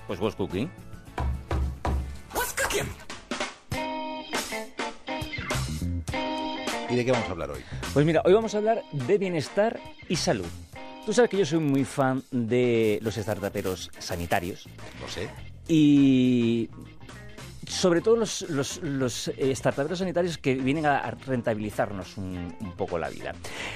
Pues what's cooking. What's cooking? ¿Y de qué vamos a hablar hoy? Pues mira, hoy vamos a hablar de bienestar y salud. Tú sabes que yo soy muy fan de los startuperos sanitarios. Lo sé. Y sobre todo los startuperos sanitarios que vienen a rentabilizarnos un poco la vida.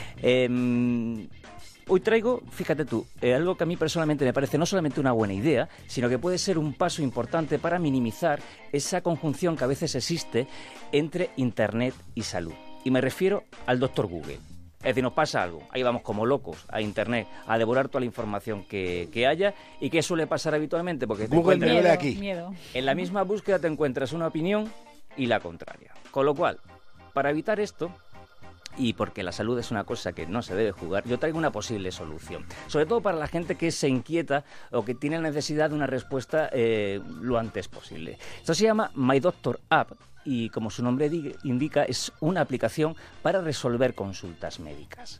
Hoy traigo, fíjate tú, algo que a mí personalmente me parece no solamente una buena idea, sino que puede ser un paso importante para minimizar esa conjunción que a veces existe entre Internet y salud. Y me refiero al doctor Google. Es decir, nos pasa algo, ahí vamos como locos a Internet a devorar toda la información que haya. ¿Y qué suele pasar habitualmente? Porque Google me duele aquí. Miedo. en la misma búsqueda te encuentras una opinión y la contraria. Con lo cual, para evitar esto, y porque la salud es una cosa que no se debe jugar, yo traigo una posible solución. Sobre todo para la gente que se inquieta o que tiene la necesidad de una respuesta lo antes posible. Esto se llama My Doctor App. Y como su nombre indica, es una aplicación para resolver consultas médicas.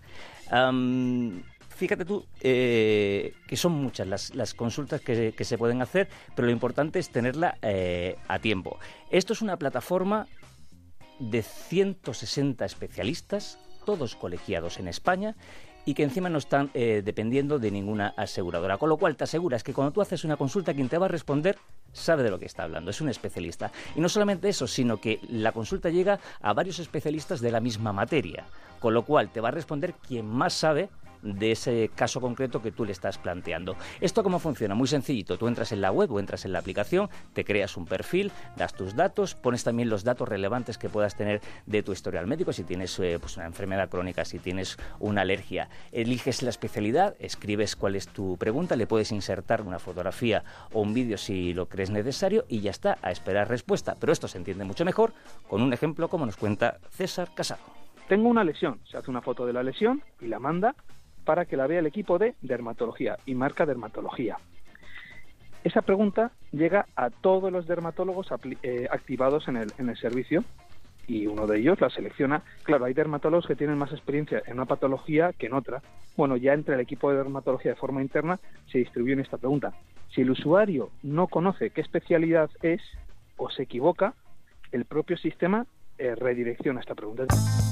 Fíjate tú que son muchas las consultas que se pueden hacer, pero lo importante es tenerla a tiempo. Esto es una plataforma de 160 especialistas, todos colegiados en España, y que encima no están dependiendo de ninguna aseguradora. Con lo cual te aseguras que cuando tú haces una consulta, quien te va a responder sabe de lo que está hablando, es un especialista. Y no solamente eso, sino que la consulta llega a varios especialistas de la misma materia. Con lo cual te va a responder quien más sabe de ese caso concreto que tú le estás planteando. ¿Esto cómo funciona? Muy sencillito. Tú entras en la web o entras en la aplicación, te creas un perfil, das tus datos, pones también los datos relevantes que puedas tener de tu historial médico, si tienes pues una enfermedad crónica, si tienes una alergia. Eliges la especialidad, escribes cuál es tu pregunta, le puedes insertar una fotografía o un vídeo si lo crees necesario y ya está, a esperar respuesta. Pero esto se entiende mucho mejor con un ejemplo como nos cuenta César Casado. Tengo una lesión, se hace una foto de la lesión y la manda para que la vea el equipo de dermatología y marca dermatología. Esa pregunta llega a todos los dermatólogos activados en el servicio y uno de ellos la selecciona. Claro, hay dermatólogos que tienen más experiencia en una patología que en otra. Bueno, ya entre el equipo de dermatología de forma interna se distribuye esta pregunta. Si el usuario no conoce qué especialidad es o se equivoca, el propio sistema redirecciona esta pregunta.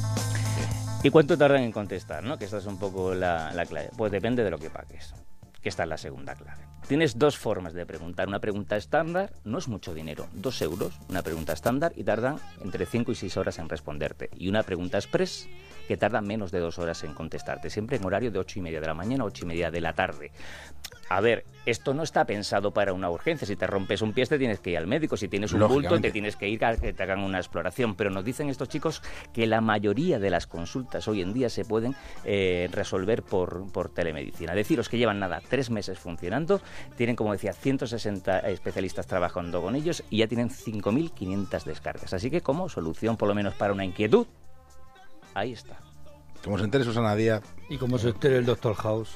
¿Y cuánto tardan en contestar, no? Que esta es un poco la clave. Pues depende de lo que pagues, que esta es la segunda clave. Tienes dos formas de preguntar. Una pregunta estándar, no es mucho dinero, 2 euros, una pregunta estándar, y tardan entre 5 y 6 horas en responderte. Y una pregunta express, que tarda menos de 2 horas en contestarte, siempre en horario de 8:30 de la mañana a 8:30 de la tarde. A ver, esto no está pensado para una urgencia. Si te rompes un pie, te tienes que ir al médico. Si tienes un bulto, te tienes que ir a que te hagan una exploración. Pero nos dicen estos chicos que la mayoría de las consultas hoy en día se pueden resolver por telemedicina. Deciros que llevan 3 meses funcionando. Tienen, como decía, 160 especialistas trabajando con ellos y ya tienen 5.500 descargas. Así que como solución, por lo menos para una inquietud, ahí está. Como se entere Susana Díaz. Y como se entere el Dr. House.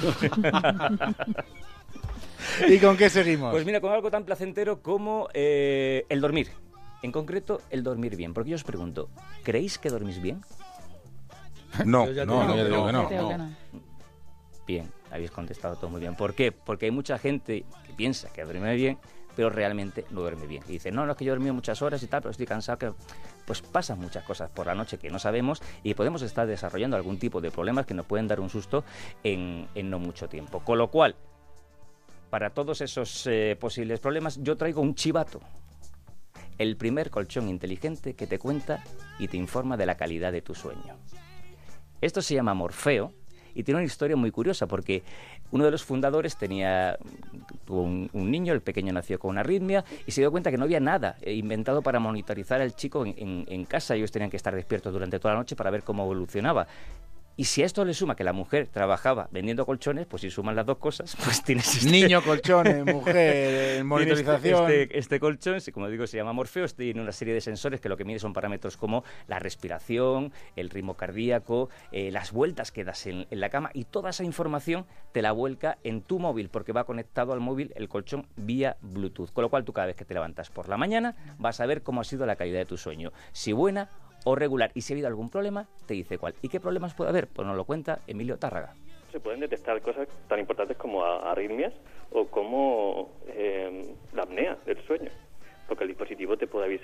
¿Y con qué seguimos? Pues mira, con algo tan placentero como el dormir. En concreto, el dormir bien. Porque yo os pregunto, ¿creéis que dormís bien? No, Yo ya no, te yo digo digo que que no. no. Bien, habéis contestado todo muy bien. ¿Por qué? Porque hay mucha gente que piensa que duerme bien, pero realmente no duerme bien. Y dice, no, es que yo he dormido muchas horas y tal, pero estoy cansado. Que pues pasan muchas cosas por la noche que no sabemos y podemos estar desarrollando algún tipo de problemas que nos pueden dar un susto en no mucho tiempo. Con lo cual, para todos esos posibles problemas, yo traigo un chivato. El primer colchón inteligente que te cuenta y te informa de la calidad de tu sueño. Esto se llama Morfeo y tiene una historia muy curiosa porque uno de los fundadores tuvo un niño, el pequeño nació con una arritmia y se dio cuenta que no había nada inventado para monitorizar al chico en casa. Ellos tenían que estar despiertos durante toda la noche para ver cómo evolucionaba. Y si a esto le suma que la mujer trabajaba vendiendo colchones, pues si suman las dos cosas, pues tienes niño, colchones, mujer, monitorización. Este colchón, como digo, se llama Morfeo, tiene una serie de sensores que lo que mide son parámetros como la respiración, el ritmo cardíaco, las vueltas que das en la cama, y toda esa información te la vuelca en tu móvil, porque va conectado al móvil el colchón vía Bluetooth. Con lo cual tú cada vez que te levantas por la mañana vas a ver cómo ha sido la calidad de tu sueño, si buena o regular, y si ha habido algún problema, te dice cuál. ¿Y qué problemas puede haber? Pues nos lo cuenta Emilio Tárraga. Se pueden detectar cosas tan importantes como arritmias o como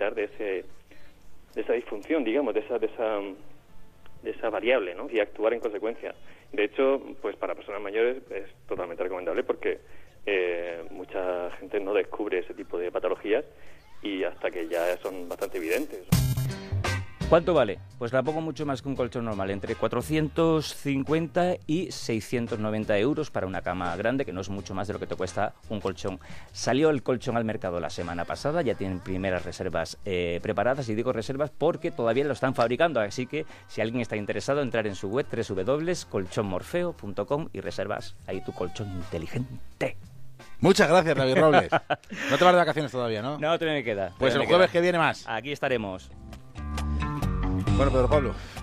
aprovechar de esa disfunción, digamos, de esa variable, ¿no? Y actuar en consecuencia. De hecho, pues para personas mayores es totalmente recomendable porque mucha gente no descubre ese tipo de patologías y hasta que ya son bastante evidentes. ¿Cuánto vale? Pues la pongo mucho más que un colchón normal, entre 450 y 690 euros para una cama grande, que no es mucho más de lo que te cuesta un colchón. Salió el colchón al mercado la semana pasada, ya tienen primeras reservas preparadas, y digo reservas porque todavía lo están fabricando, así que si alguien está interesado, entrar en su web www.colchonmorfeo.com y reservas ahí tu colchón inteligente. Muchas gracias, David Robles. No te vas de vacaciones todavía, ¿no? No, todavía me queda. Pues el jueves que viene más. Aquí estaremos. Bueno, Pedro Pablo.